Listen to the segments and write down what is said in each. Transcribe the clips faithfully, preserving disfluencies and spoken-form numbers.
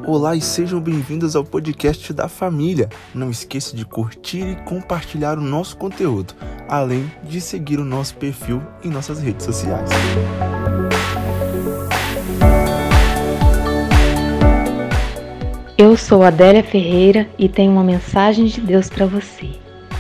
Olá e sejam bem-vindos ao podcast da família. Não esqueça de curtir e compartilhar o nosso conteúdo, além de seguir o nosso perfil em nossas redes sociais. Eu sou Adélia Ferreira e tenho uma mensagem de Deus para você.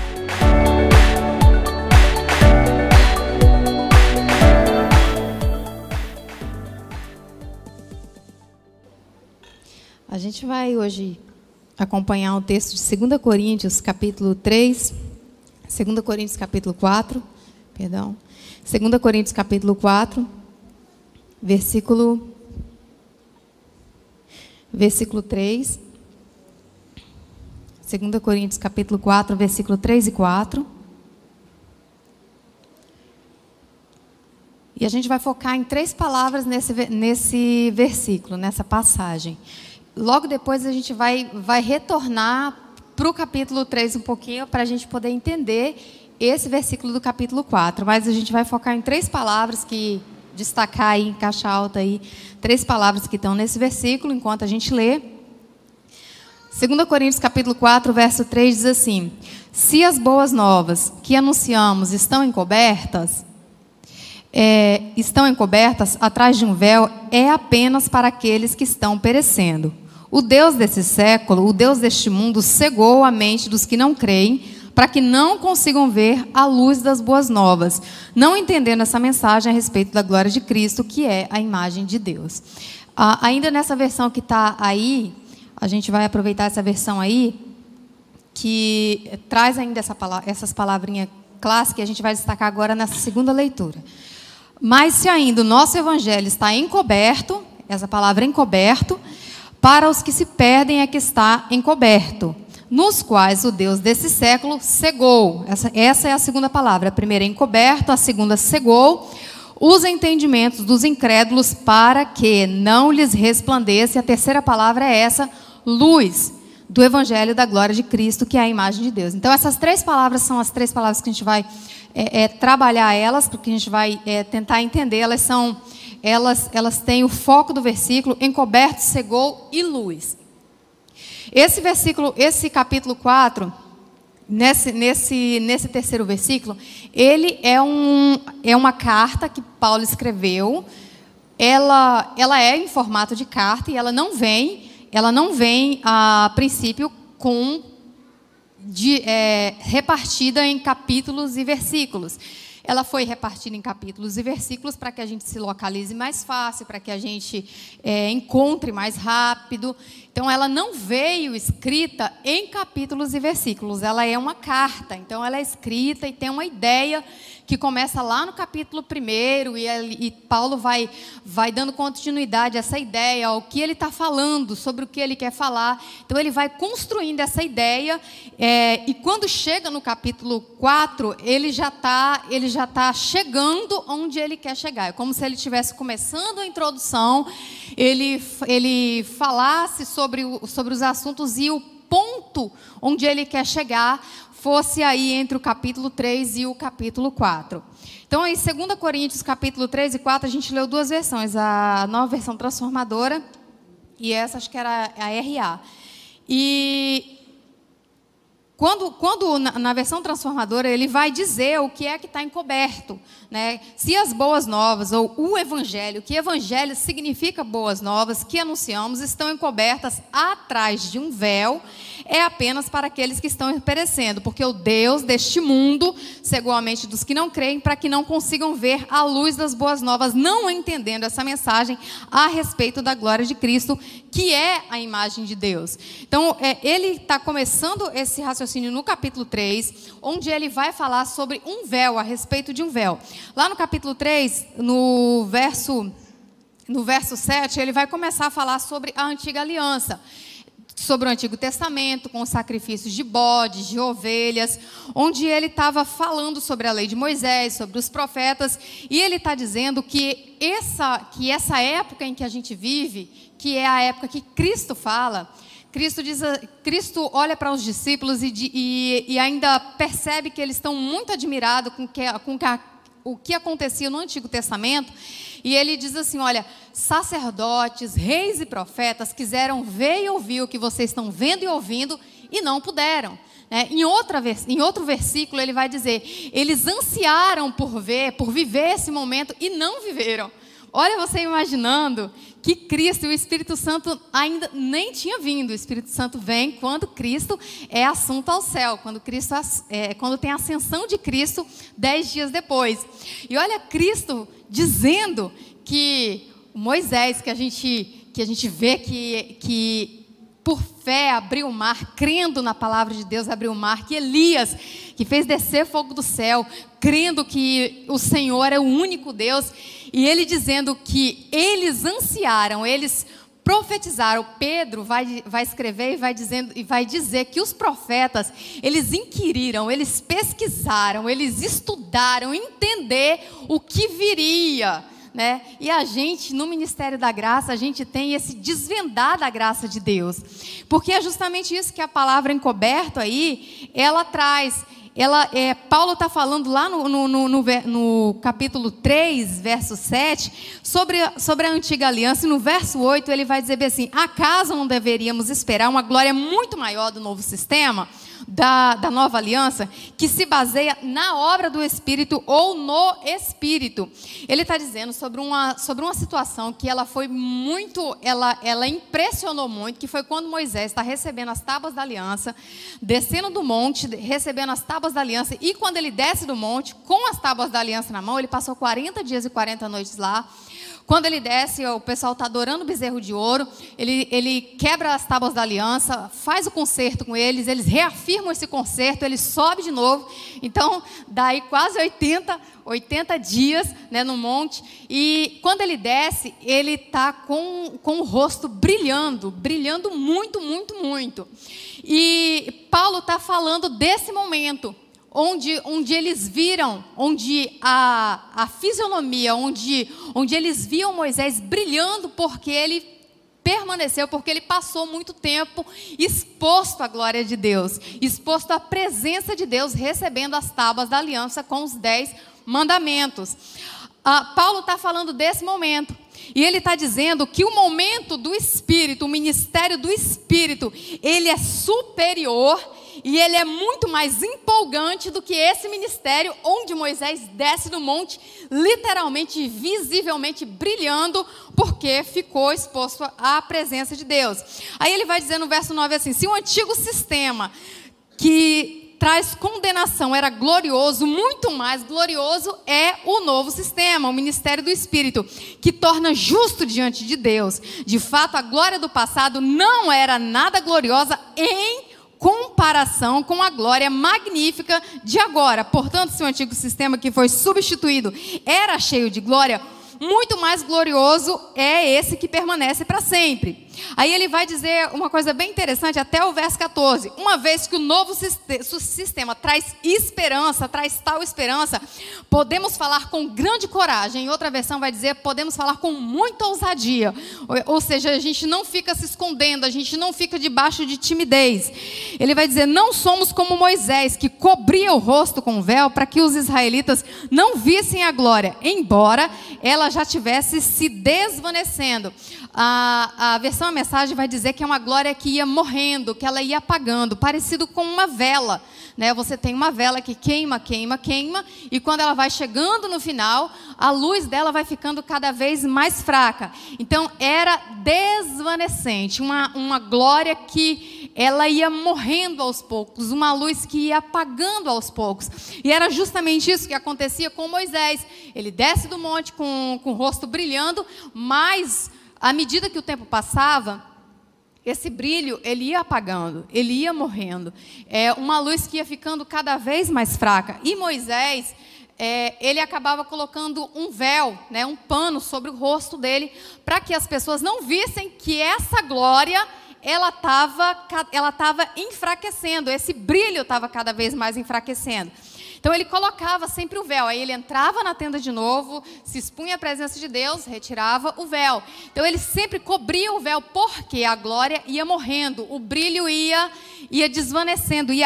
A gente vai hoje acompanhar o texto de segunda Coríntios, capítulo três, segunda Coríntios, capítulo quatro, perdão, segunda Coríntios, capítulo quatro, versículo, versículo três, segunda Coríntios, capítulo quatro, versículo três e quatro. E a gente vai focar em três palavras nesse, nesse versículo, nessa passagem. Logo depois a gente vai, vai retornar para o capítulo três um pouquinho, para a gente poder entender esse versículo do capítulo quatro. Mas a gente vai focar em três palavras que, destacar aí, em caixa alta aí, três palavras que estão nesse versículo, enquanto a gente lê. segunda Coríntios capítulo quatro, verso três diz assim: se as boas novas que anunciamos estão encobertas, é, estão encobertas atrás de um véu, é apenas para aqueles que estão perecendo. O Deus desse século, o Deus deste mundo, cegou a mente dos que não creem, para que não consigam ver a luz das boas novas, não entendendo essa mensagem a respeito da glória de Cristo, que é a imagem de Deus. Ah, ainda nessa versão que está aí, a gente vai aproveitar essa versão aí, que traz ainda essa palavra, essas palavrinhas clássicas, que a gente vai destacar agora nessa segunda leitura. Mas se ainda o nosso evangelho está encoberto, essa palavra encoberto, para os que se perdem é que está encoberto, nos quais o Deus desse século cegou. Essa, essa é a segunda palavra. A primeira é encoberto, a segunda cegou os entendimentos dos incrédulos para que não lhes resplandeça. E a terceira palavra é essa, luz do evangelho da glória de Cristo, que é a imagem de Deus. Então essas três palavras são as três palavras que a gente vai é, é, trabalhar elas, porque a gente vai é, tentar entender. Elas são... Elas, elas têm o foco do versículo, encoberto, cegou e luz. Esse versículo, esse capítulo quatro, nesse, nesse, nesse terceiro versículo, ele é, um, é uma carta que Paulo escreveu. Ela, ela é em formato de carta e ela não vem, ela não vem a princípio com de, é, repartida em capítulos e versículos. Ela foi repartida em capítulos e versículos para que a gente se localize mais fácil, para que a gente é, encontre mais rápido. Então, ela não veio escrita em capítulos e versículos. Ela é uma carta. Então, ela é escrita e tem uma ideia que começa lá no capítulo primeiro, e, e Paulo vai, vai dando continuidade a essa ideia, ao que ele está falando, sobre o que ele quer falar. Então, ele vai construindo essa ideia, é, e quando chega no capítulo quatro, ele já está ele já tá chegando onde ele quer chegar. É como se ele estivesse começando a introdução, ele, ele falasse sobre, o, sobre os assuntos, e o ponto onde ele quer chegar fosse aí entre o capítulo três e o capítulo quatro. Então, em segunda Coríntios, capítulo três e quatro, a gente leu duas versões, a nova versão transformadora e essa, acho que era a R A. E quando, quando na, na versão transformadora, ele vai dizer o que é que está encoberto, né? Se as boas novas, ou o evangelho, que evangelho significa boas novas, que anunciamos, estão encobertas atrás de um véu, é apenas para aqueles que estão perecendo, porque o Deus deste mundo cegou a mente dos que não creem, para que não consigam ver a luz das boas novas, não entendendo essa mensagem a respeito da glória de Cristo, que é a imagem de Deus. Então, é, ele está começando esse raciocínio no capítulo três, onde ele vai falar sobre um véu, a respeito de um véu. Lá no capítulo três, no verso, no verso sete, ele vai começar a falar sobre a antiga aliança, sobre o Antigo Testamento, com os sacrifícios de bodes, de ovelhas, onde ele estava falando sobre a lei de Moisés, sobre os profetas, e ele está dizendo que essa, que essa época em que a gente vive, que é a época que Cristo fala, Cristo, diz, Cristo olha para os discípulos e, e, e ainda percebe que eles estão muito admirados com, que, com, o que acontecia no Antigo Testamento, e ele diz assim, olha, sacerdotes, reis e profetas quiseram ver e ouvir o que vocês estão vendo e ouvindo e não puderam. Né? Em, outra, em outro versículo ele vai dizer, eles ansiaram por ver, por viver esse momento e não viveram. Olha você imaginando que Cristo e o Espírito Santo ainda nem tinha vindo. O Espírito Santo vem quando Cristo é assunto ao céu, quando, Cristo, é, quando tem a ascensão de Cristo dez dias depois. E olha Cristo dizendo que Moisés, que a gente, que a gente vê que... que por fé abriu o mar, crendo na palavra de Deus, abriu o mar, que Elias, que fez descer fogo do céu, crendo que o Senhor é o único Deus, e ele dizendo que eles ansiaram, eles profetizaram. Pedro vai, vai escrever e vai, dizendo, e vai dizer que os profetas, eles inquiriram, eles pesquisaram, eles estudaram, entender o que viria. Né? E a gente, no Ministério da Graça, a gente tem esse desvendar da graça de Deus. Porque é justamente isso que a palavra encoberto aí, ela traz. Ela, é, Paulo está falando lá no, no, no, no, no capítulo três, verso sete, sobre, sobre a antiga aliança. E no verso oito ele vai dizer assim, acaso não deveríamos esperar uma glória muito maior do novo sistema? Da, da nova aliança, que se baseia na obra do Espírito ou no Espírito. Ele está dizendo sobre uma, sobre uma situação que ela foi muito, ela, ela impressionou muito, que foi quando Moisés está recebendo as tábuas da aliança, descendo do monte, recebendo as tábuas da aliança, e quando ele desce do monte, com as tábuas da aliança na mão, ele passou quarenta dias e quarenta noites lá. Quando ele desce, o pessoal está adorando o bezerro de ouro, ele, ele quebra as tábuas da aliança, faz o concerto com eles, eles reafirmam esse concerto, ele sobe de novo. Então, daí quase oitenta, oitenta dias, né, no monte. E quando ele desce, ele está com, com o rosto brilhando, brilhando muito, muito, muito. E Paulo está falando desse momento. Onde, onde eles viram, onde a, a fisionomia, onde, onde eles viam Moisés brilhando porque ele permaneceu, porque ele passou muito tempo exposto à glória de Deus, exposto à presença de Deus, recebendo as tábuas da aliança com os dez mandamentos. Ah, Paulo está falando desse momento. E ele está dizendo que o momento do Espírito, o ministério do Espírito, ele é superior e ele é muito mais empolgante do que esse ministério onde Moisés desce do monte, literalmente, visivelmente brilhando, porque ficou exposto à presença de Deus. Aí ele vai dizer no verso nove assim, se o antigo sistema que traz condenação era glorioso, muito mais glorioso é o novo sistema, o ministério do Espírito, que torna justo diante de Deus. De fato, a glória do passado não era nada gloriosa em comparação com a glória magnífica de agora. Portanto, se o antigo sistema que foi substituído era cheio de glória, muito mais glorioso é esse que permanece para sempre. Aí ele vai dizer uma coisa bem interessante até o verso quatorze. Uma vez que o novo sistema traz esperança, traz tal esperança, podemos falar com grande coragem. Em outra versão vai dizer, podemos falar com muita ousadia. Ou seja, a gente não fica se escondendo, a gente não fica debaixo de timidez. Ele vai dizer, não somos como Moisés, que cobria o rosto com o véu para que os israelitas não vissem a glória, embora ela já tivesse se desvanecendo. A, a versão, a mensagem vai dizer que é uma glória que ia morrendo, que ela ia apagando, parecido com uma vela, né? Você tem uma vela que queima, queima, queima, e quando ela vai chegando no final, a luz dela vai ficando cada vez mais fraca. Então, era desvanecente, uma, uma glória que ela ia morrendo aos poucos, uma luz que ia apagando aos poucos. E era justamente isso que acontecia com Moisés. Ele desce do monte com, com o rosto brilhando, mas à medida que o tempo passava, esse brilho, ele ia apagando, ele ia morrendo. É uma luz que ia ficando cada vez mais fraca. E Moisés, é, ele acabava colocando um véu, né, um pano sobre o rosto dele, para que as pessoas não vissem que essa glória, ela estava ela estava enfraquecendo, esse brilho estava cada vez mais enfraquecendo. Então ele colocava sempre o véu, aí ele entrava na tenda de novo, se expunha à presença de Deus, retirava o véu. Então ele sempre cobria o véu, porque a glória ia morrendo, o brilho ia, ia desvanecendo, ia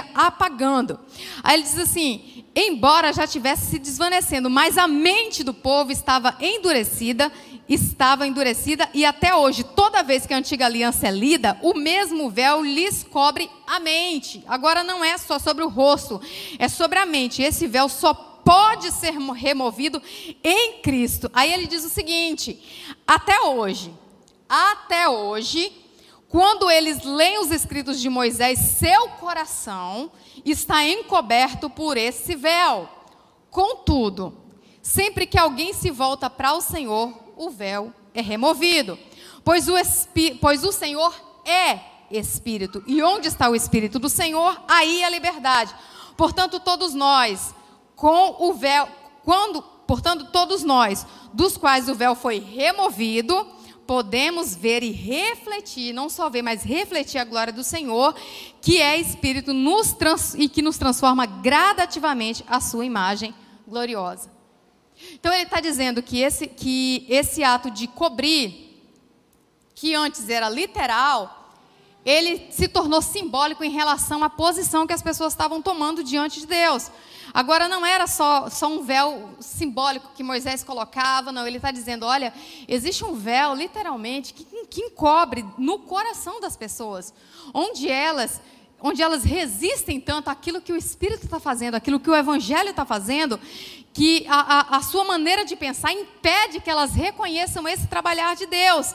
apagando. Aí ele diz assim, embora já tivesse se desvanecendo, mas a mente do povo estava endurecida, estava endurecida, e até hoje, toda vez que a antiga aliança é lida, o mesmo véu lhes cobre a mente. Agora não é só sobre o rosto, é sobre a mente. Esse véu só pode ser removido em Cristo. Aí ele diz o seguinte, até hoje, até hoje, quando eles leem os escritos de Moisés, seu coração está encoberto por esse véu. Contudo, sempre que alguém se volta para o Senhor, o véu é removido. Pois o, Espí- pois o Senhor é Espírito. E onde está o Espírito do Senhor, aí a liberdade. Portanto, todos nós, com o véu, quando, portanto, todos nós, dos quais o véu foi removido, podemos ver e refletir, não só ver, mas refletir a glória do Senhor, que é Espírito nos trans, e que nos transforma gradativamente à sua imagem gloriosa. Então ele está dizendo que esse, que esse ato de cobrir, que antes era literal, ele se tornou simbólico em relação à posição que as pessoas estavam tomando diante de Deus. Agora não era só, só um véu simbólico que Moisés colocava, não, ele está dizendo, olha, existe um véu, literalmente, que, que encobre no coração das pessoas, onde elas, onde elas resistem tanto àquilo que o Espírito está fazendo, àquilo que o Evangelho está fazendo, que a, a, a sua maneira de pensar impede que elas reconheçam esse trabalhar de Deus.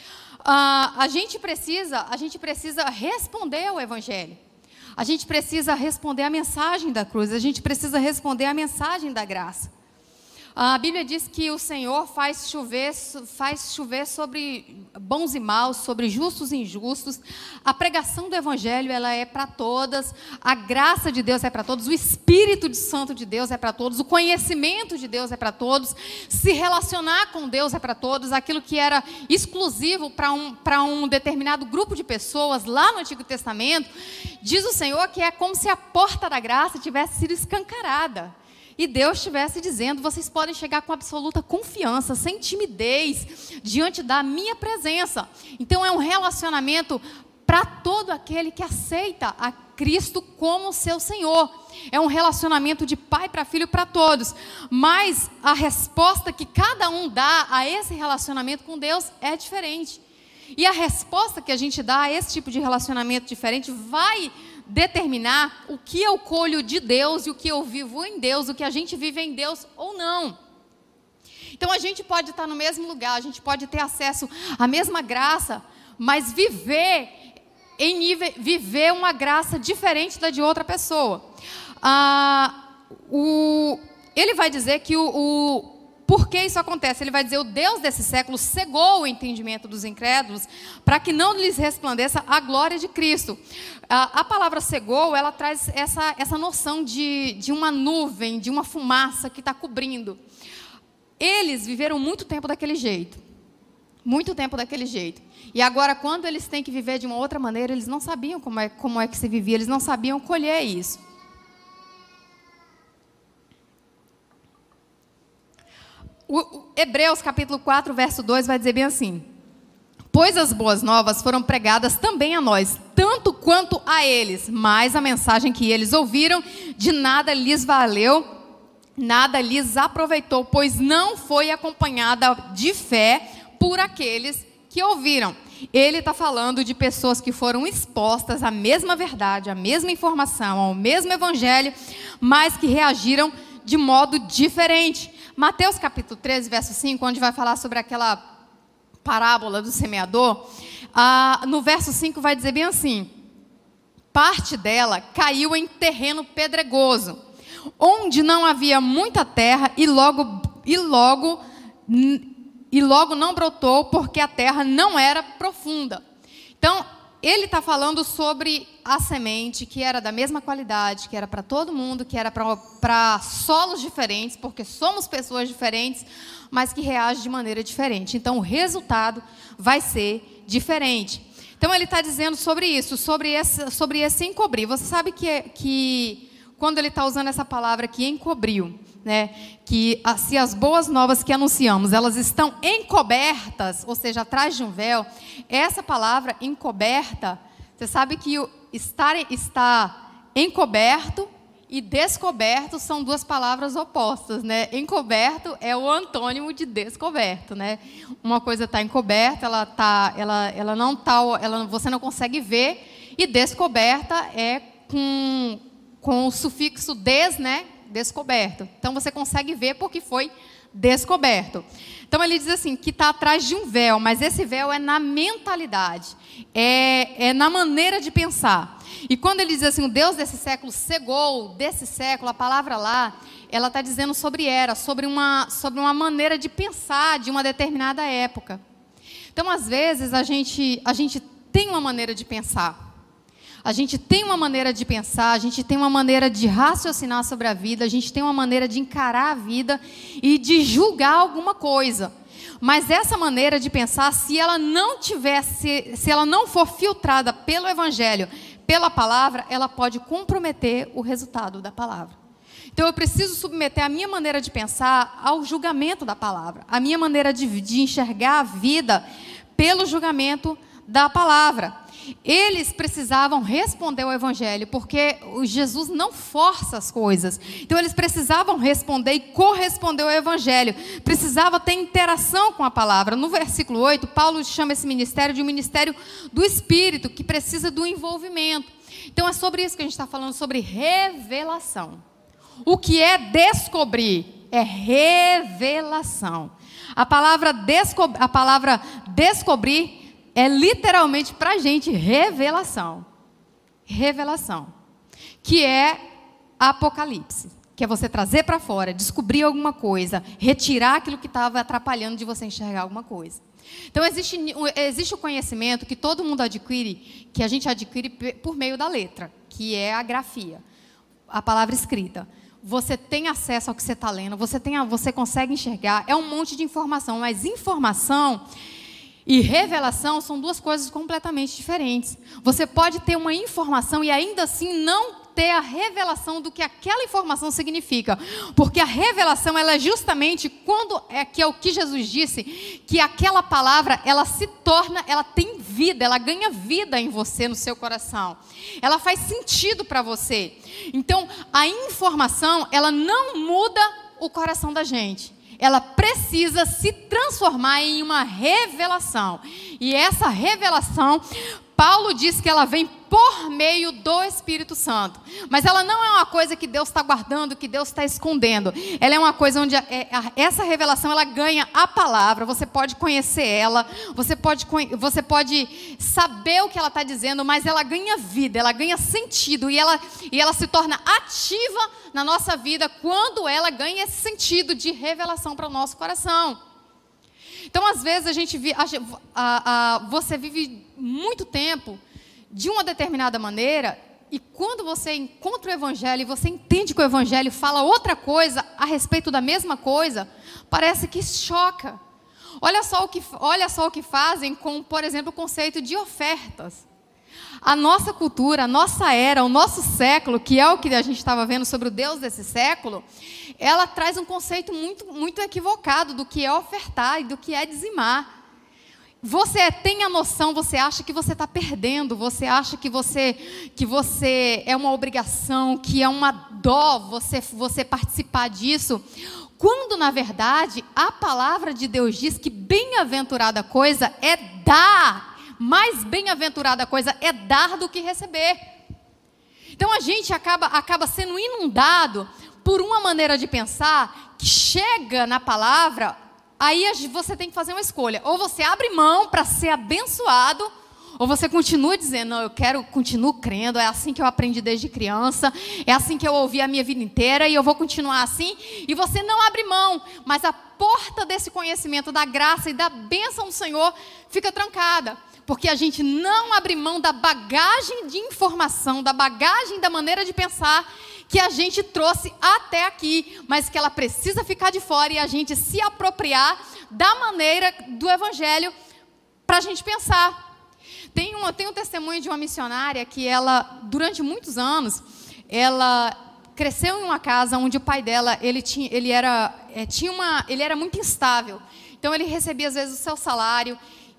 Ah, a gente precisa, a gente precisa responder ao Evangelho. A gente precisa responder a mensagem da cruz, a gente precisa responder a mensagem da graça. A Bíblia diz que o Senhor faz chover, faz chover sobre bons e maus, sobre justos e injustos. A pregação do Evangelho, ela é para todas, a graça de Deus é para todos, o Espírito Santo de Deus é para todos, o conhecimento de Deus é para todos, se relacionar com Deus é para todos. Aquilo que era exclusivo para um, para um determinado grupo de pessoas lá no Antigo Testamento, diz o Senhor que é como se a porta da graça tivesse sido escancarada. E Deus estivesse dizendo, vocês podem chegar com absoluta confiança, sem timidez, diante da minha presença. Então é um relacionamento para todo aquele que aceita a Cristo como seu Senhor. É um relacionamento de pai para filho para todos. Mas a resposta que cada um dá a esse relacionamento com Deus é diferente. E a resposta que a gente dá a esse tipo de relacionamento diferente vai determinar o que eu colho de Deus e o que eu vivo em Deus, o que a gente vive em Deus ou não. Então a gente pode estar no mesmo lugar, a gente pode ter acesso à mesma graça, mas viver em nível, viver uma graça diferente da de outra pessoa. Ah, o, ele vai dizer que o, o Por que isso acontece? Ele vai dizer, o Deus desse século cegou o entendimento dos incrédulos para que não lhes resplandeça a glória de Cristo. A, a palavra cegou, ela traz essa, essa noção de, de uma nuvem, de uma fumaça que está cobrindo. Eles viveram muito tempo daquele jeito. Muito tempo daquele jeito. E agora, quando eles têm que viver de uma outra maneira, eles não sabiam como é, como é que se vivia, eles não sabiam colher isso. O, o Hebreus capítulo quatro, verso dois vai dizer bem assim: pois as boas novas foram pregadas também a nós, tanto quanto a eles, mas a mensagem que eles ouviram de nada lhes valeu, nada lhes aproveitou, pois não foi acompanhada de fé por aqueles que ouviram. Ele está falando de pessoas que foram expostas à mesma verdade, à mesma informação, ao mesmo evangelho, mas que reagiram de modo diferente. Mateus capítulo treze, verso cinco, onde vai falar sobre aquela parábola do semeador, ah, no verso cinco vai dizer bem assim: parte dela caiu em terreno pedregoso, onde não havia muita terra, e logo, e logo, e logo não brotou, porque a terra não era profunda. Então, ele está falando sobre a semente que era da mesma qualidade, que era para todo mundo, que era para solos diferentes, porque somos pessoas diferentes, mas que reagem de maneira diferente. Então, o resultado vai ser diferente. Então, ele está dizendo sobre isso, sobre esse, sobre esse encobrir. Você sabe que, que quando ele está usando essa palavra que encobriu, né, que se as boas novas que anunciamos, elas estão encobertas, ou seja, atrás de um véu, essa palavra encoberta, você sabe que o estar, estar encoberto e descoberto são duas palavras opostas, né? Encoberto é o antônimo de descoberto, né? Uma coisa está encoberta, ela tá, ela, ela não tá, ela, você não consegue ver, e descoberta é com, com o sufixo des, né? Descoberto. Então você consegue ver porque foi descoberto. Então ele diz assim, que está atrás de um véu, mas esse véu é na mentalidade, é, é na maneira de pensar. E quando ele diz assim, o Deus desse século cegou, desse século, a palavra lá, ela está dizendo sobre era, sobre uma, sobre uma maneira de pensar de uma determinada época. Então, às vezes, a gente, a gente tem uma maneira de pensar. A gente tem uma maneira de pensar, a gente tem uma maneira de raciocinar sobre a vida, a gente tem uma maneira de encarar a vida e de julgar alguma coisa. Mas essa maneira de pensar, se ela não tivesse, se ela não for filtrada pelo Evangelho, pela palavra, ela pode comprometer o resultado da palavra. Então eu preciso submeter a minha maneira de pensar ao julgamento da palavra, a minha maneira de, de enxergar a vida pelo julgamento da palavra. Eles precisavam responder ao Evangelho, porque Jesus não força as coisas. Então eles precisavam responder e corresponder ao Evangelho. Precisava ter interação com a palavra. No versículo oito, Paulo chama esse ministério de um ministério do Espírito, que precisa do envolvimento. Então é sobre isso que a gente está falando, sobre revelação. O que é descobrir? É revelação. A palavra, desco- a palavra descobrir é literalmente para a gente revelação. Revelação. Que é apocalipse. Que é você trazer para fora, descobrir alguma coisa, retirar aquilo que estava atrapalhando de você enxergar alguma coisa. Então existe, existe o conhecimento que todo mundo adquire, que a gente adquire por meio da letra, que é a grafia, a palavra escrita. Você tem acesso ao que você está lendo, você, tem, você consegue enxergar, é um monte de informação, mas informação e revelação são duas coisas completamente diferentes. Você pode ter uma informação e ainda assim não ter a revelação do que aquela informação significa. Porque a revelação, ela é justamente quando, é, que é o que Jesus disse, que aquela palavra, ela se torna, ela tem vida, ela ganha vida em você, no seu coração. Ela faz sentido para você. Então, a informação, ela não muda o coração da gente. Ela precisa se transformar em uma revelação. E essa revelação, Paulo diz que ela vem por meio do Espírito Santo. Mas ela não é uma coisa que Deus está guardando, que Deus está escondendo. Ela é uma coisa onde a, a, essa revelação, ela ganha a palavra. Você pode conhecer ela, você pode, você pode saber o que ela está dizendo, mas ela ganha vida, ela ganha sentido. E ela, e ela se torna ativa na nossa vida quando ela ganha esse sentido de revelação para o nosso coração. Então, às vezes, a gente, a, a, a, você vive muito tempo de uma determinada maneira, e quando você encontra o Evangelho e você entende que o Evangelho fala outra coisa a respeito da mesma coisa, parece que choca. Olha só o que, olha só o que fazem com, por exemplo, o conceito de ofertas. A nossa cultura, a nossa era, o nosso século, que é o que a gente estava vendo sobre o Deus desse século, ela traz um conceito muito, muito equivocado do que é ofertar e do que é dizimar. Você tem a noção, você acha que você está perdendo, você acha que você, que você é uma obrigação, que é uma dó você, você participar disso, quando na verdade a palavra de Deus diz que bem-aventurada coisa é dar. Mais bem-aventurada coisa é dar do que receber. Então a gente acaba, acaba sendo inundado por uma maneira de pensar que chega na palavra, aí você tem que fazer uma escolha. Ou você abre mão para ser abençoado, ou você continua dizendo, não, eu quero, continuo crendo, é assim que eu aprendi desde criança, é assim que eu ouvi a minha vida inteira e eu vou continuar assim, e você não abre mão, mas a porta desse conhecimento da graça e da bênção do Senhor fica trancada. Porque a gente não abre mão da bagagem de informação, da bagagem da maneira de pensar que a gente trouxe até aqui, mas que ela precisa ficar de fora e a gente se apropriar da maneira do Evangelho para a gente pensar. Tem, uma, tem um testemunho de uma missionária que ela, durante muitos anos, ela cresceu em uma casa onde o pai dela, ele, tinha, ele, era, é, tinha uma, ele era muito instável. Então ele recebia às vezes o seu salário,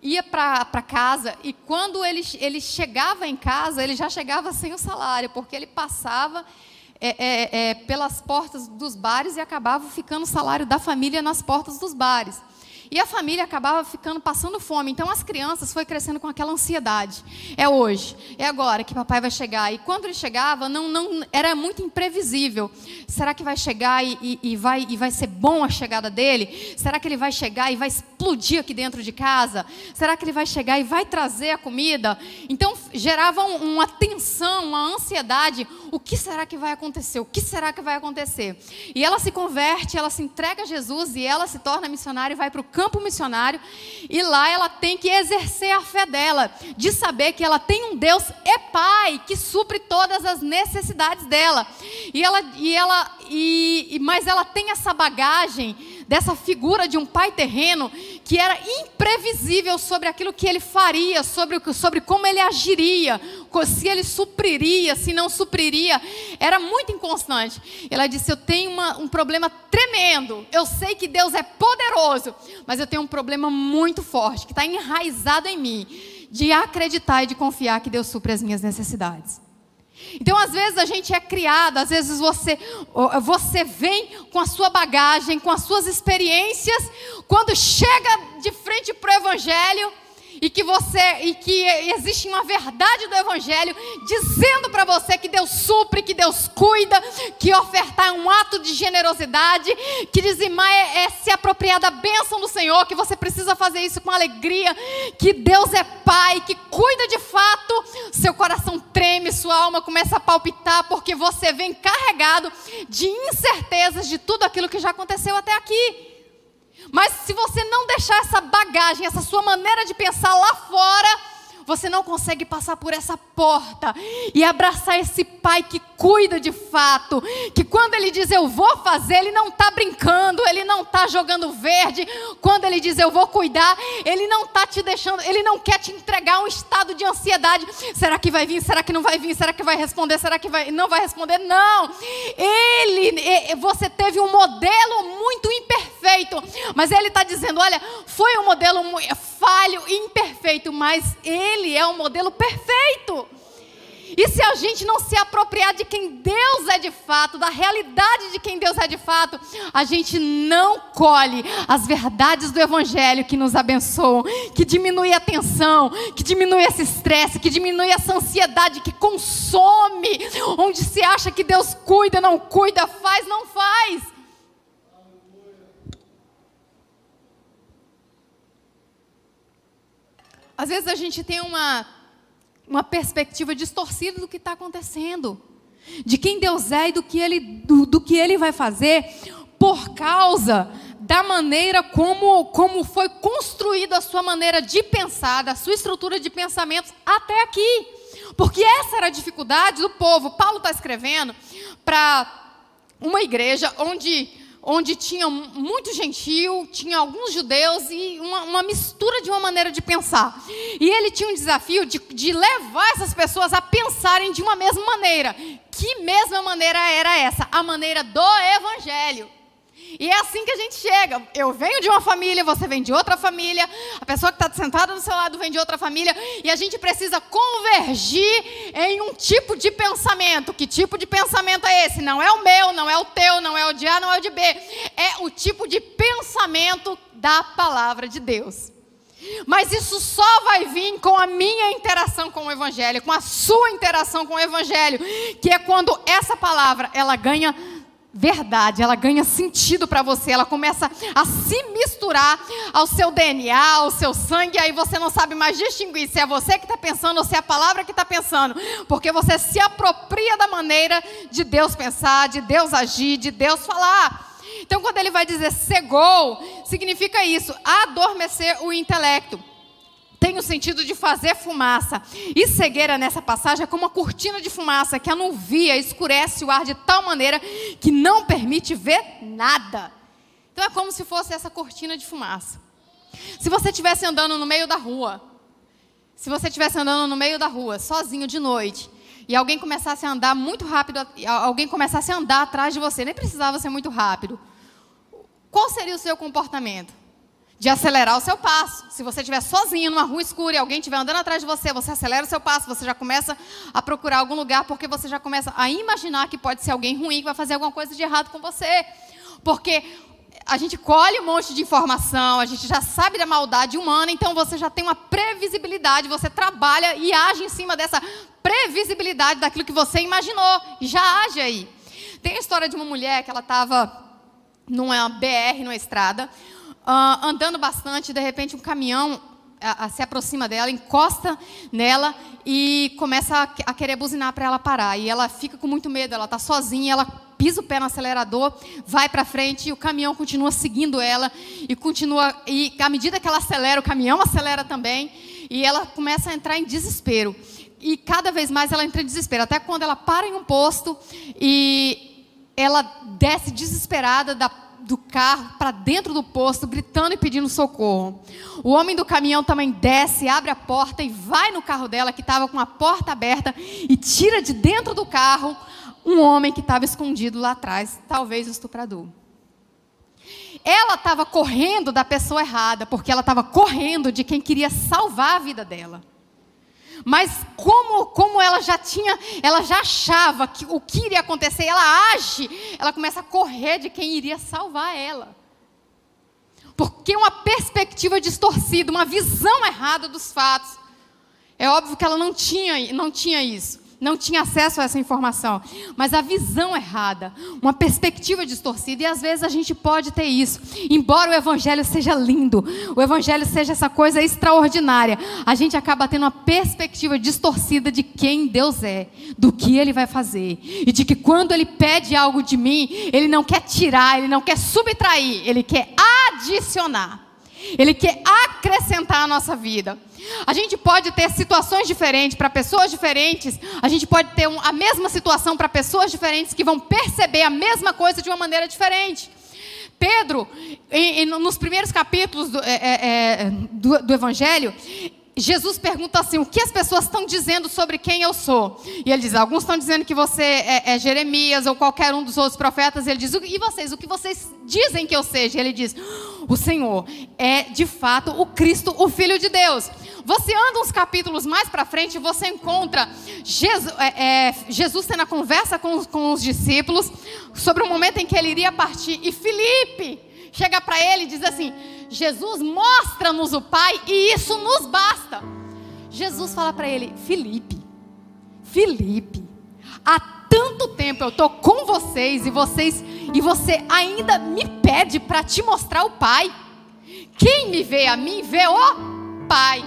ia para casa e quando ele, ele chegava em casa, ele já chegava sem o salário, porque ele passava é, é, é, pelas portas dos bares e acabava ficando o salário da família nas portas dos bares. E a família acabava ficando, passando fome. Então, as crianças foi crescendo com aquela ansiedade. É hoje, é agora que papai vai chegar. E quando ele chegava, não, não, era muito imprevisível. Será que vai chegar e, e, e, vai, e vai ser bom a chegada dele? Será que ele vai chegar e vai explodir aqui dentro de casa? Será que ele vai chegar e vai trazer a comida? Então, gerava um, uma tensão, uma ansiedade. O que será que vai acontecer? O que será que vai acontecer? E ela se converte, ela se entrega a Jesus e ela se torna missionária e vai para o campo missionário, e lá ela tem que exercer a fé dela, de saber que ela tem um Deus é Pai, que supre todas as necessidades dela, e ela, e ela, e, mas ela tem essa bagagem, dessa figura de um pai terreno, que era imprevisível sobre aquilo que ele faria, sobre, sobre como ele agiria, se ele supriria, se não supriria, era muito inconstante. Ela disse, eu tenho uma, um problema tremendo, eu sei que Deus é poderoso, mas eu tenho um problema muito forte, que está enraizado em mim, de acreditar e de confiar que Deus supre as minhas necessidades. Então, às vezes a gente é criado, às vezes você, você vem com a sua bagagem, com as suas experiências, quando chega de frente para o Evangelho, e que, você, e que existe uma verdade do Evangelho, dizendo para você que Deus supre, que Deus cuida, que ofertar é um ato de generosidade, que dizimar é, é se apropriar da bênção do Senhor, que você precisa fazer isso com alegria, que Deus é Pai, que cuida de fato, seu coração treme, sua alma começa a palpitar, porque você vem carregado de incertezas de tudo aquilo que já aconteceu até aqui. Mas se você não deixar essa bagagem, essa sua maneira de pensar lá fora, você não consegue passar por essa porta e abraçar esse Pai que cuida de fato, que quando Ele diz eu vou fazer, Ele não está brincando, Ele não está jogando verde. Quando Ele diz eu vou cuidar, Ele não está te deixando, Ele não quer te entregar um estado de ansiedade. Será que vai vir? Será que não vai vir? Será que vai responder? Será que vai, não vai responder? Não, Ele, você teve um modelo muito imperfeito, mas Ele está dizendo, olha, foi um modelo falho e imperfeito, mas Ele é um modelo perfeito. E se a gente não se apropriar de quem Deus é de fato, da realidade de quem Deus é de fato, a gente não colhe as verdades do Evangelho que nos abençoam, que diminui a tensão, que diminui esse estresse, que diminui essa ansiedade que consome, onde se acha que Deus cuida, não cuida, faz, não faz. Às vezes a gente tem uma, uma perspectiva distorcida do que está acontecendo, de quem Deus é e do que, ele, do, do que Ele vai fazer, por causa da maneira como, como foi construída a sua maneira de pensar, da sua estrutura de pensamentos até aqui. Porque essa era a dificuldade do povo. Paulo está escrevendo para uma igreja onde... onde tinha muito gentio, tinha alguns judeus e uma, uma mistura de uma maneira de pensar. E ele tinha um desafio de, de levar essas pessoas a pensarem de uma mesma maneira. Que mesma maneira era essa? A maneira do Evangelho. E é assim que a gente chega. Eu venho de uma família, você vem de outra família, a pessoa que está sentada do seu lado vem de outra família, e a gente precisa convergir em um tipo de pensamento. Que tipo de pensamento é esse? Não é o meu, não é o teu, não é o de A, não é o de B. É o tipo de pensamento da palavra de Deus. Mas isso só vai vir com a minha interação com o Evangelho, com a sua interação com o Evangelho, que é quando essa palavra, ela ganha verdade, ela ganha sentido para você, ela começa a se misturar ao seu D N A, ao seu sangue, aí você não sabe mais distinguir se é você que está pensando ou se é a palavra que está pensando, porque você se apropria da maneira de Deus pensar, de Deus agir, de Deus falar. Então, quando ele vai dizer cegou, significa isso, adormecer o intelecto. Tem o sentido de fazer fumaça. E cegueira nessa passagem é como uma cortina de fumaça que anuvia, escurece o ar de tal maneira que não permite ver nada. Então é como se fosse essa cortina de fumaça. Se você estivesse andando no meio da rua, se você estivesse andando no meio da rua, sozinho de noite, e alguém começasse a andar muito rápido, alguém começasse a andar atrás de você, nem precisava ser muito rápido, qual seria o seu comportamento? de acelerar o seu passo. Se você estiver sozinho numa rua escura e alguém estiver andando atrás de você, você acelera o seu passo, você já começa a procurar algum lugar, porque você já começa a imaginar que pode ser alguém ruim que vai fazer alguma coisa de errado com você. Porque a gente colhe um monte de informação, a gente já sabe da maldade humana, então você já tem uma previsibilidade, você trabalha e age em cima dessa previsibilidade daquilo que você imaginou, e já age aí. Tem a história de uma mulher que ela estava numa B R, numa estrada, Uh, andando bastante, de repente um caminhão a, a, se aproxima dela, encosta nela e começa a, a querer buzinar para ela parar. E ela fica com muito medo, ela está sozinha, ela pisa o pé no acelerador, vai para frente e o caminhão continua seguindo ela. E, continua, e à medida que ela acelera, o caminhão acelera também. E ela começa a entrar em desespero. E cada vez mais ela entra em desespero, até quando ela para em um posto e ela desce desesperada da do carro para dentro do posto, gritando e pedindo socorro. O homem do caminhão também desce, abre a porta e vai no carro dela, que estava com a porta aberta, e tira de dentro do carro um homem que estava escondido lá atrás, talvez o estuprador. Ela estava correndo da pessoa errada, porque ela estava correndo de quem queria salvar a vida dela. Mas como, como ela já tinha, ela já achava que o que iria acontecer, ela age, ela começa a correr de quem iria salvar ela. Porque uma perspectiva distorcida, uma visão errada dos fatos. É óbvio que ela não tinha, não tinha isso, não tinha acesso a essa informação. Mas a visão errada, uma perspectiva distorcida, e às vezes a gente pode ter isso. Embora o evangelho seja lindo, o evangelho seja essa coisa extraordinária, a gente acaba tendo uma perspectiva distorcida de quem Deus é, do que Ele vai fazer. E de que quando Ele pede algo de mim, Ele não quer tirar, Ele não quer subtrair, Ele quer adicionar. Ele quer acrescentar a nossa vida. A gente pode ter situações diferentes para pessoas diferentes. A gente pode ter um, a mesma situação para pessoas diferentes que vão perceber a mesma coisa de uma maneira diferente. Pedro, em, em, nos primeiros capítulos do, é, é, do, do Evangelho, Jesus pergunta assim: o que as pessoas estão dizendo sobre quem eu sou? E ele diz: alguns estão dizendo que você é, é Jeremias ou qualquer um dos outros profetas. Ele diz: e vocês? O que vocês dizem que eu seja? E ele diz: o Senhor é de fato o Cristo, o Filho de Deus. Você anda uns capítulos mais para frente e você encontra Jesus, é, é, Jesus tendo a conversa com, com os discípulos sobre o momento em que ele iria partir. E Filipe chega para ele e diz assim: Jesus, mostra-nos o Pai e isso nos basta. Jesus fala para ele: Filipe, Filipe, há tanto tempo eu estou com vocês e vocês e você ainda me pede para te mostrar o Pai. Quem me vê a mim, vê o Pai.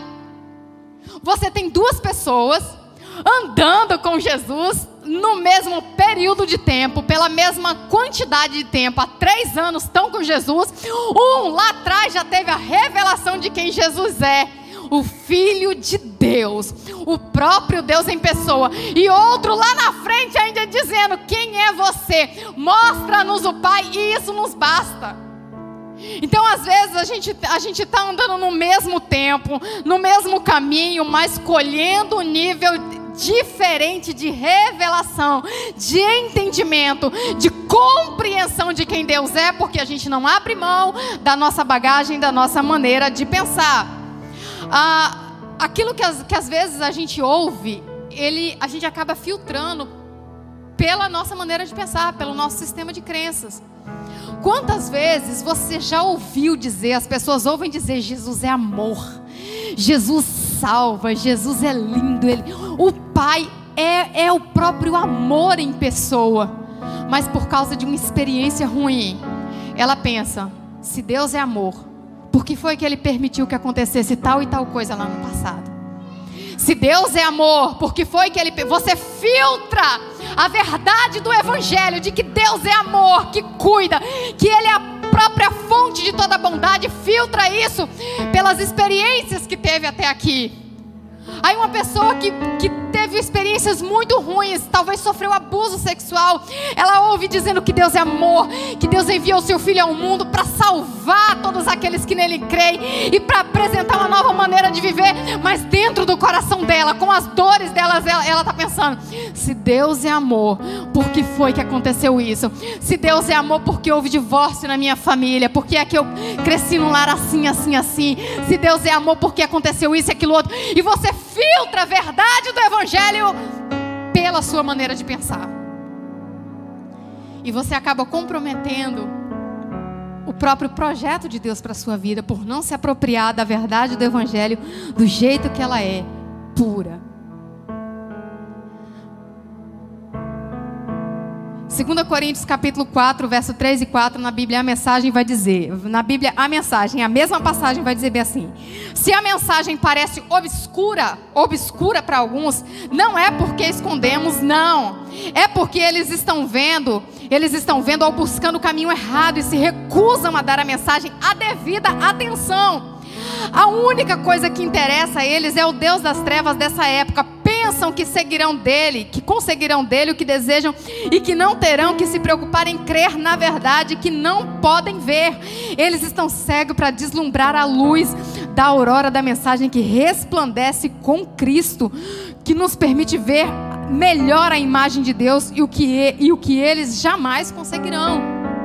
Você tem duas pessoas andando com Jesus no mesmo período de tempo, pela mesma quantidade de tempo, há três anos estão com Jesus. Um lá atrás já teve a revelação de quem Jesus é, o Filho de Deus, o próprio Deus em pessoa. E outro lá na frente ainda dizendo: quem é você? Mostra-nos o Pai e isso nos basta. Então às vezes a gente a gente está andando no mesmo tempo, no mesmo caminho, mas colhendo um nível diferente de revelação, de entendimento, de compreensão de quem Deus é, porque a gente não abre mão da nossa bagagem, da nossa maneira de pensar. Ah, aquilo que, as, que às vezes a gente ouve, ele, a gente acaba filtrando pela nossa maneira de pensar, pelo nosso sistema de crenças. Quantas vezes você já ouviu dizer, as pessoas ouvem dizer: Jesus é amor, Jesus salva, Jesus é lindo, ele, o Pai é, é o próprio amor em pessoa. Mas por causa de uma experiência ruim, ela pensa: se Deus é amor, por que foi que Ele permitiu que acontecesse tal e tal coisa lá no passado? Se Deus é amor, por que foi que Ele... Você filtra a verdade do Evangelho de que Deus é amor, que cuida, que Ele é a própria fonte de toda bondade. Filtra isso pelas experiências que teve até aqui. Aí uma pessoa que, que teve experiências muito ruins, talvez sofreu abuso sexual, ela ouve dizendo que Deus é amor, que Deus enviou o seu Filho ao mundo para salvar todos aqueles daqueles que nele creem e para apresentar uma nova maneira de viver. Mas dentro do coração dela, com as dores delas, ela está pensando: se Deus é amor, por que foi que aconteceu isso? Se Deus é amor, por que houve divórcio na minha família? Por que é que eu cresci num lar assim, assim, assim? Se Deus é amor, por que aconteceu isso e aquilo outro? E você filtra a verdade do Evangelho pela sua maneira de pensar. E você acaba comprometendo o próprio projeto de Deus para a sua vida por não se apropriar da verdade do Evangelho do jeito que ela é, pura. Segunda Coríntios capítulo quatro, verso três e quatro, na Bíblia a mensagem vai dizer, na Bíblia a mensagem, a mesma passagem vai dizer bem assim: se a mensagem parece obscura, obscura para alguns, não é porque escondemos, não. É porque eles estão vendo, eles estão vendo ou buscando o caminho errado e se recusam a dar a mensagem a devida atenção. A única coisa que interessa a eles é o Deus das trevas dessa época. Pensam que seguirão dele, que conseguirão dele o que desejam e que não terão que se preocupar em crer na verdade que não podem ver. Eles estão cegos para deslumbrar a luz da aurora da mensagem que resplandece com Cristo, que nos permite ver melhor a imagem de Deus e o que, e o que eles jamais conseguirão.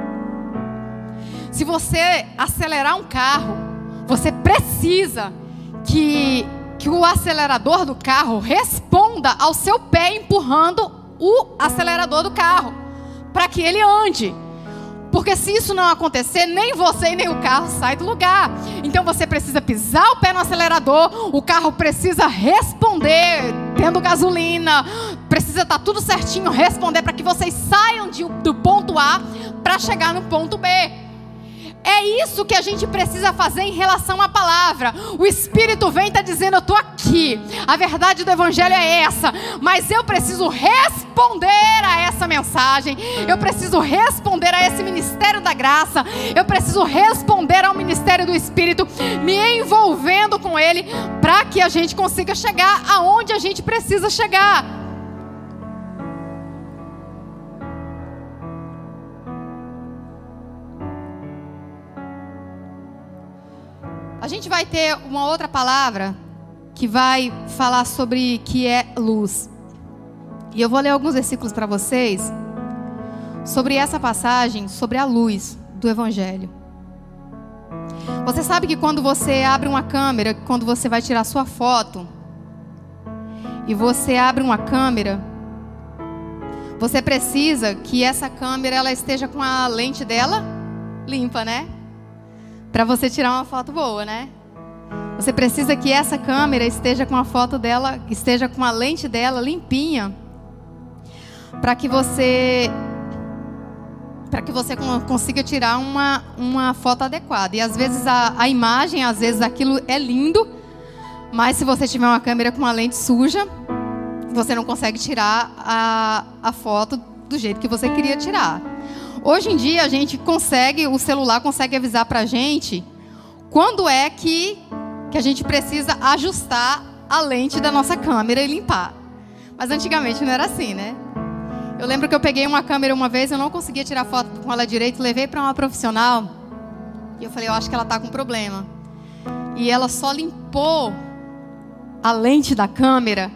Se você acelerar um carro, você precisa que, que o acelerador do carro responda ao seu pé empurrando o acelerador do carro, para que ele ande. Porque se isso não acontecer, nem você e nem o carro saem do lugar. Então você precisa pisar o pé no acelerador, o carro precisa responder, tendo gasolina, precisa estar tudo certinho, responder para que vocês saiam de, do ponto A para chegar no ponto B. É isso que a gente precisa fazer em relação à palavra. O Espírito vem e está dizendo: eu estou aqui, a verdade do Evangelho é essa, mas eu preciso responder a essa mensagem, eu preciso responder a esse ministério da graça, eu preciso responder ao ministério do Espírito, me envolvendo com ele, para que a gente consiga chegar aonde a gente precisa chegar. A gente vai ter uma outra palavra que vai falar sobre que é luz. E eu vou ler alguns versículos para vocês sobre essa passagem, sobre a luz do Evangelho. Você sabe que quando você abre uma câmera, quando você vai tirar sua foto, e você abre uma câmera, você precisa que essa câmera ela esteja com a lente dela limpa, né? Para você tirar uma foto boa, né? Você precisa que essa câmera esteja com a foto dela, esteja com a lente dela limpinha, para que você, para que você consiga tirar uma, uma foto adequada. E às vezes a, a imagem, às vezes aquilo é lindo, mas se você tiver uma câmera com uma lente suja, você não consegue tirar a, a foto do jeito que você queria tirar. Hoje em dia a gente consegue, o celular consegue avisar pra gente quando é que, que a gente precisa ajustar a lente da nossa câmera e limpar. Mas antigamente não era assim, né? Eu lembro que eu peguei uma câmera uma vez, eu não conseguia tirar foto com ela direito, levei para uma profissional e eu falei: eu acho que ela tá com problema. E ela só limpou a lente da câmera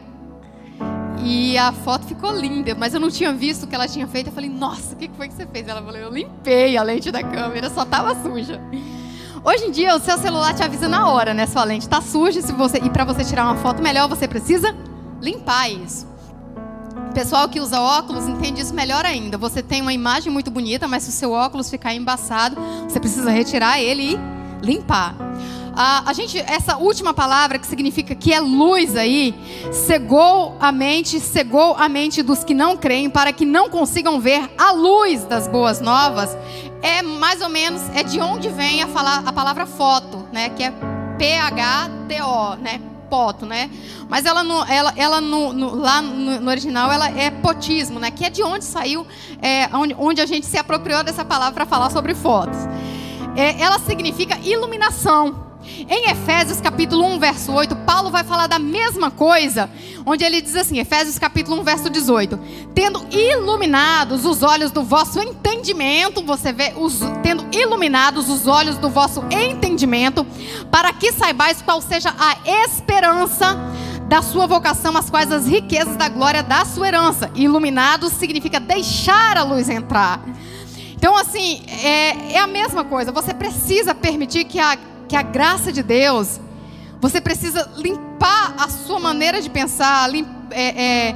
e a foto ficou linda, mas eu não tinha visto o que ela tinha feito. Eu falei: nossa, o que foi que você fez? Ela falou: eu limpei a lente da câmera, só estava suja. Hoje em dia o seu celular te avisa na hora, né? Sua lente está suja, se você, e para você tirar uma foto melhor, você precisa limpar isso. O pessoal que usa óculos entende isso melhor ainda. Você tem uma imagem muito bonita, mas se o seu óculos ficar embaçado, você precisa retirar ele e limpar. A, a gente, essa última palavra que significa que é luz aí, cegou a mente, cegou a mente dos que não creem para que não consigam ver a luz das boas novas. É mais ou menos, é de onde vem a, falar, a palavra foto, né? Que é P H T O, né? Poto, né? Mas ela, no, ela, ela no, no, lá no, no original ela é potismo, né? Que é de onde saiu, é, onde, onde a gente se apropriou dessa palavra para falar sobre fotos. É, ela significa iluminação. Em Efésios capítulo um, verso oito, Paulo vai falar da mesma coisa, onde ele diz assim, Efésios capítulo um, verso dezoito, tendo iluminados os olhos do vosso entendimento, você vê, os, tendo iluminados os olhos do vosso entendimento, para que saibais qual seja a esperança da sua vocação, as quais as riquezas da glória da sua herança. Iluminados significa deixar a luz entrar. Então, assim, é, é a mesma coisa. Você precisa permitir que a, que a graça de Deus, você precisa limpar a sua maneira de pensar, limp, é, é,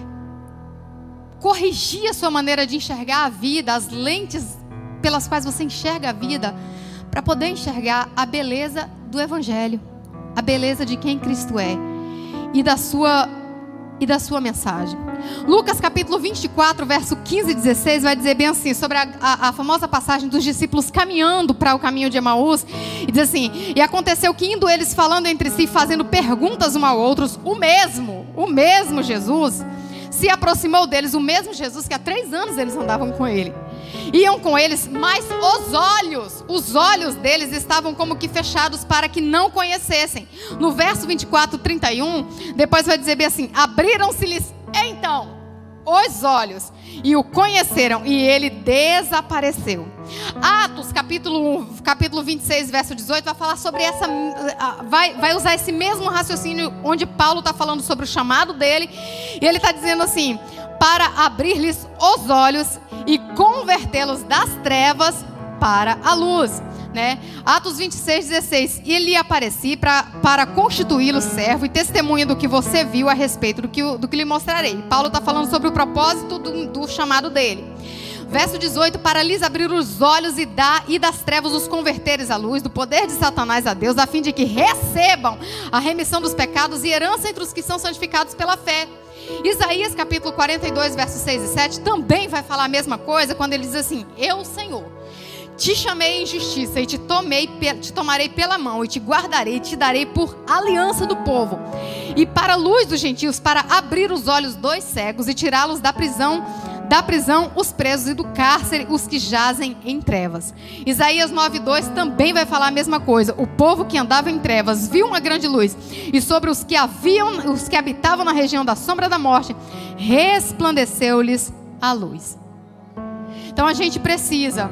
corrigir a sua maneira de enxergar a vida, as lentes pelas quais você enxerga a vida, para poder enxergar a beleza do Evangelho, a beleza de quem Cristo é e da sua, e da sua mensagem. Lucas capítulo vinte e quatro, verso quinze e dezesseis vai dizer bem assim, sobre a, a, a famosa passagem dos discípulos caminhando para o caminho de Emaús, e diz assim, e aconteceu que indo eles falando entre si, fazendo perguntas um ao outro, o mesmo, o mesmo Jesus, se aproximou deles, o mesmo Jesus que há três anos eles andavam com ele. Iam com eles, mas os olhos, os olhos deles estavam como que fechados para que não conhecessem. No verso vinte e quatro, trinta e um, depois vai dizer bem assim, abriram-se-lhes então os olhos e o conheceram, e ele desapareceu. Atos capítulo um, capítulo vinte e seis, verso dezoito, vai falar sobre essa, vai, vai usar esse mesmo raciocínio, onde Paulo está falando sobre o chamado dele, e ele está dizendo assim, para abrir-lhes os olhos e convertê-los das trevas para a luz, né? Atos vinte e seis, dezesseis, e ele apareci pra, para constituí-lo servo e testemunha do que você viu a respeito do que, do que lhe mostrarei. Paulo está falando sobre o propósito do, do chamado dele. Verso dezoito, para lhes abrir os olhos e, dar, e das trevas os converteres à luz, do poder de Satanás a Deus, a fim de que recebam a remissão dos pecados e herança entre os que são santificados pela fé. Isaías capítulo quarenta e dois, versos seis e sete, também vai falar a mesma coisa, quando ele diz assim, eu, Senhor, te chamei em justiça e te, tomei, te tomarei pela mão e te guardarei e te darei por aliança do povo e para a luz dos gentios, para abrir os olhos dos cegos e tirá-los da prisão, da prisão os presos e do cárcere os que jazem em trevas. Isaías nove, dois também vai falar a mesma coisa. O povo que andava em trevas viu uma grande luz, e sobre os que haviam, os que habitavam na região da sombra da morte, resplandeceu-lhes a luz. Então a gente precisa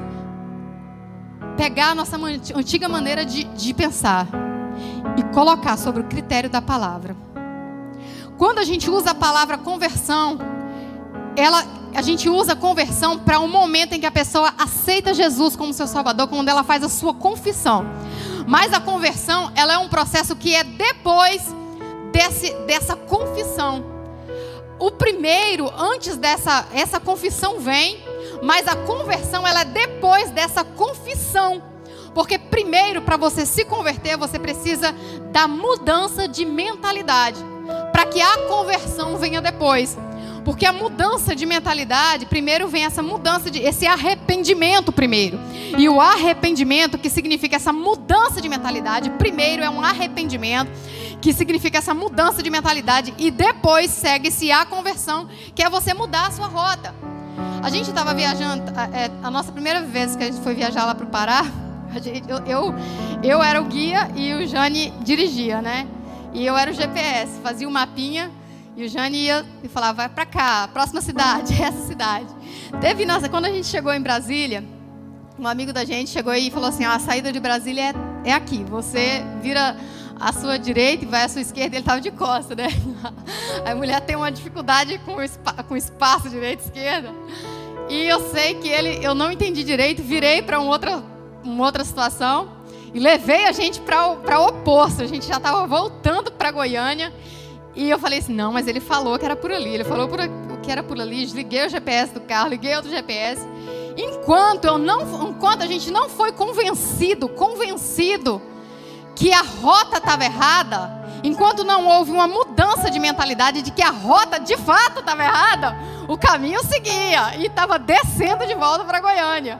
pegar a nossa antiga maneira de, de pensar e colocar sobre o critério da palavra. Quando a gente usa a palavra conversão, ela, a gente usa a conversão para um momento em que a pessoa aceita Jesus como seu Salvador, quando ela faz a sua confissão. Mas a conversão, ela é um processo que é depois desse, dessa confissão. O primeiro, antes dessa essa confissão vem, mas a conversão, ela é depois dessa confissão. Porque primeiro, para você se converter, você precisa da mudança de mentalidade, para que a conversão venha depois. Porque a mudança de mentalidade, primeiro vem essa mudança, de, esse arrependimento primeiro. E o arrependimento, que significa essa mudança de mentalidade, primeiro é um arrependimento, que significa essa mudança de mentalidade, e depois segue-se a conversão, que é você mudar a sua rota. A gente estava viajando, é, a nossa primeira vez que a gente foi viajar lá para o Pará, a gente, eu, eu, eu era o guia e o Jane dirigia, né? E eu era o G P S, fazia o mapinha, e o Jane ia e falava, vai para cá, próxima cidade, essa cidade. Teve, nossa, quando a gente chegou em Brasília, um amigo da gente chegou e falou assim, ah, a saída de Brasília é, é aqui, você vira à sua direita e vai à sua esquerda. Ele estava de costas, né? A mulher tem uma dificuldade com o espaço, com espaço direita e esquerda. E eu sei que ele, eu não entendi direito, virei para um outra, uma outra situação e levei a gente para o oposto. A gente já estava voltando para Goiânia. E eu falei assim, não, mas ele falou que era por ali. Ele falou por, que era por ali. Desliguei o G P S do carro, liguei outro G P S. Enquanto, eu não, enquanto a gente não foi convencido, convencido que a rota estava errada, enquanto não houve uma mudança de mentalidade de que a rota de fato estava errada, o caminho seguia e estava descendo de volta para Goiânia.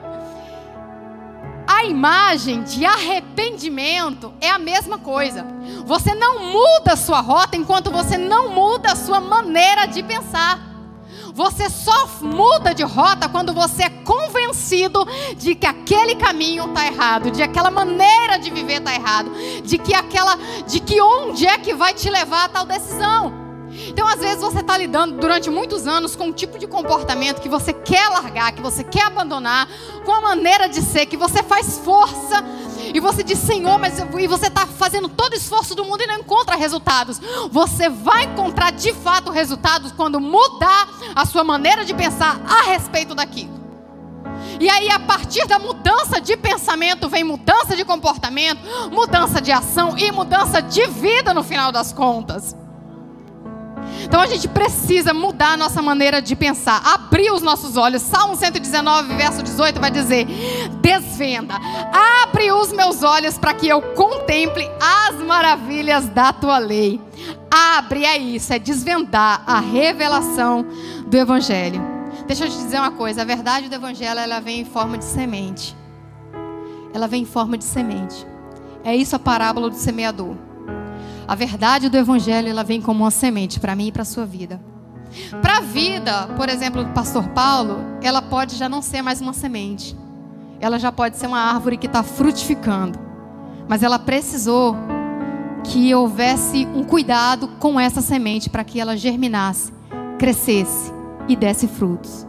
A imagem de arrependimento é a mesma coisa. Você não muda a sua rota enquanto você não muda a sua maneira de pensar. Você só muda de rota quando você é convencido de que aquele caminho está errado, de que aquela maneira de viver está errado, de que aquela, de que onde é que vai te levar a tal decisão. Então, às vezes, você está lidando durante muitos anos com um tipo de comportamento que você quer largar, que você quer abandonar, com a maneira de ser, que você faz força, e você diz, Senhor, mas e você está fazendo todo o esforço do mundo e não encontra resultados. Você vai encontrar de fato resultados quando mudar a sua maneira de pensar a respeito daquilo. E aí, a partir da mudança de pensamento, vem mudança de comportamento, mudança de ação e mudança de vida no final das contas. Então a gente precisa mudar a nossa maneira de pensar, abrir os nossos olhos. Salmo cento e dezenove, verso dezoito vai dizer: desvenda, abre os meus olhos para que eu contemple as maravilhas da tua lei. Abre, é isso, é desvendar a revelação do Evangelho. Deixa eu te dizer uma coisa, a verdade do Evangelho, ela vem em forma de semente. Ela vem em forma de semente. É isso a parábola do semeador. A verdade do Evangelho, ela vem como uma semente para mim e para a sua vida. Para a vida, por exemplo, do pastor Paulo, ela pode já não ser mais uma semente. Ela já pode ser uma árvore que está frutificando. Mas ela precisou que houvesse um cuidado com essa semente para que ela germinasse, crescesse e desse frutos.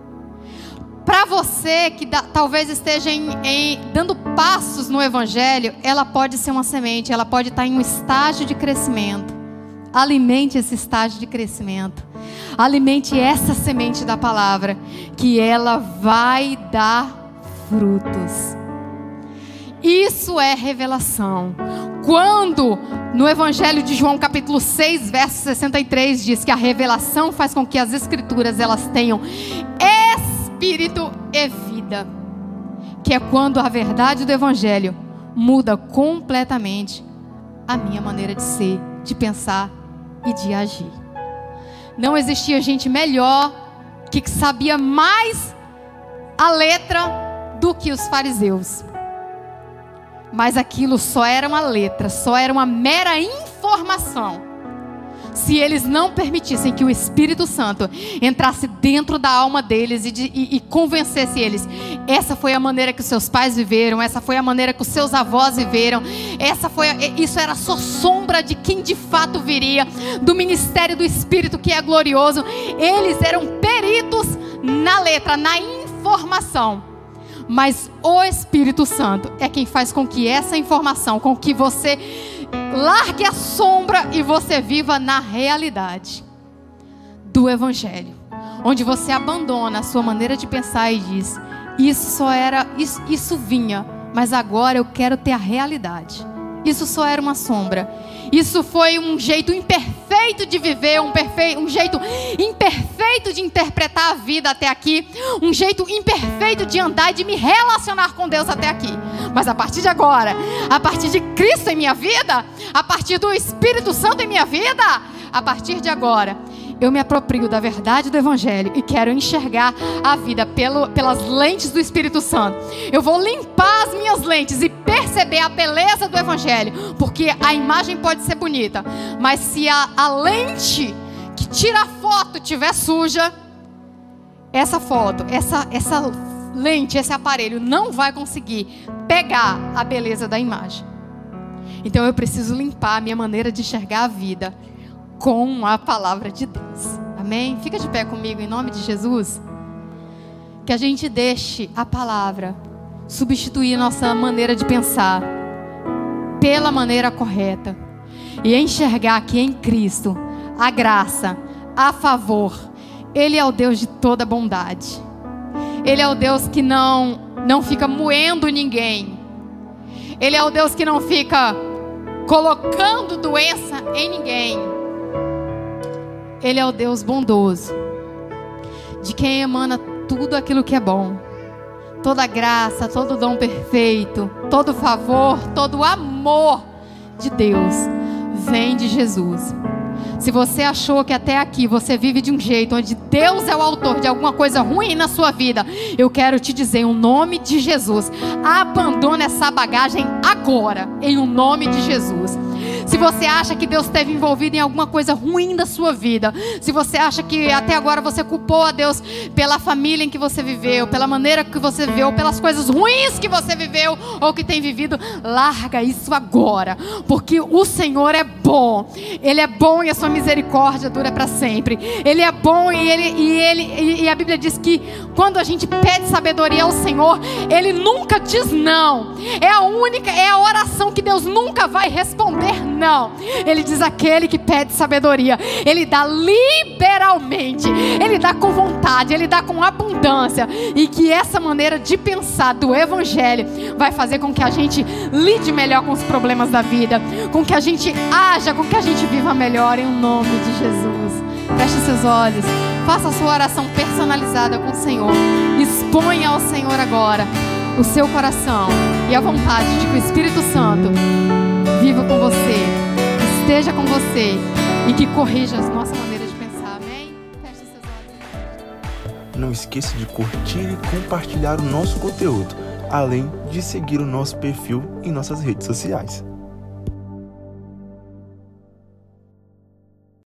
Para você que dá, talvez esteja em, em, dando passos no Evangelho, ela pode ser uma semente, ela pode estar em um estágio de crescimento. Alimente esse estágio de crescimento. Alimente essa semente da palavra, que ela vai dar frutos. Isso é revelação. Quando no Evangelho de João capítulo seis, verso sessenta e três diz que a revelação faz com que as escrituras elas tenham espírito e vida, que é quando a verdade do Evangelho muda completamente a minha maneira de ser, de pensar e de agir. Não existia gente melhor que sabia mais a letra do que os fariseus. Mas aquilo só era uma letra, só era uma mera informação. Se eles não permitissem que o Espírito Santo entrasse dentro da alma deles e, de, e, e convencesse eles. Essa foi a maneira que os seus pais viveram, essa foi a maneira que os seus avós viveram, essa foi a, isso era só sombra de quem de fato viria, do ministério do Espírito que é glorioso. Eles eram peritos na letra, na informação. Mas o Espírito Santo é quem faz com que essa informação, com que você largue a sombra e você viva na realidade do Evangelho, onde você abandona a sua maneira de pensar e diz: isso só era, isso, isso vinha, mas agora eu quero ter a realidade. Isso só era uma sombra. Isso foi um jeito imperfeito de viver, um, perfe... um jeito imperfeito de interpretar a vida até aqui, um jeito imperfeito de andar e de me relacionar com Deus até aqui. Mas a partir de agora, a partir de Cristo em minha vida, a partir do Espírito Santo em minha vida, a partir de agora, eu me aproprio da verdade do Evangelho e quero enxergar a vida pelo, pelas lentes do Espírito Santo. Eu vou limpar as minhas lentes e perceber a beleza do Evangelho, porque a imagem pode ser bonita, mas se a, a lente que tira a foto estiver suja, essa foto, essa, essa lente, esse aparelho não vai conseguir pegar a beleza da imagem. Então eu preciso limpar a minha maneira de enxergar a vida com a palavra de Deus. Amém? Fica de pé comigo em nome de Jesus. Que a gente deixe a palavra substituir nossa maneira de pensar pela maneira correta e enxergar que em Cristo a graça, a favor, Ele é o Deus de toda bondade. Ele é o Deus que não, não fica moendo ninguém. Ele é o Deus que não fica colocando doença em ninguém. Ele é o Deus bondoso, de quem emana tudo aquilo que é bom. Toda graça, todo dom perfeito, todo favor, todo amor de Deus vem de Jesus. Se você achou que até aqui você vive de um jeito onde Deus é o autor de alguma coisa ruim na sua vida, eu quero te dizer em nome de Jesus, abandone essa bagagem agora, em o nome de Jesus. Se você acha que Deus esteve envolvido em alguma coisa ruim da sua vida, se você acha que até agora você culpou a Deus pela família em que você viveu, pela maneira que você viveu, pelas coisas ruins que você viveu ou que tem vivido, larga isso agora, porque o Senhor é bom. Ele é bom e a sua misericórdia dura para sempre. Ele é bom e, ele, e, ele, e a Bíblia diz que quando a gente pede sabedoria ao Senhor, Ele nunca diz não. É a única, é a oração que Deus nunca vai responder não. Ele diz: aquele que pede sabedoria, Ele dá liberalmente, Ele dá com vontade, Ele dá com abundância. E que essa maneira de pensar do Evangelho vai fazer com que a gente lide melhor com os problemas da vida, com que a gente haja, com que a gente viva melhor, em nome de Jesus. Feche seus olhos, faça a sua oração personalizada com o Senhor. Exponha ao Senhor agora o seu coração e a vontade de que o Espírito Santo viva com você, esteja com você e que corrija as nossas maneiras de pensar. Amém? Feche seus olhos. Não esqueça de curtir e compartilhar o nosso conteúdo, além de seguir o nosso perfil em nossas redes sociais.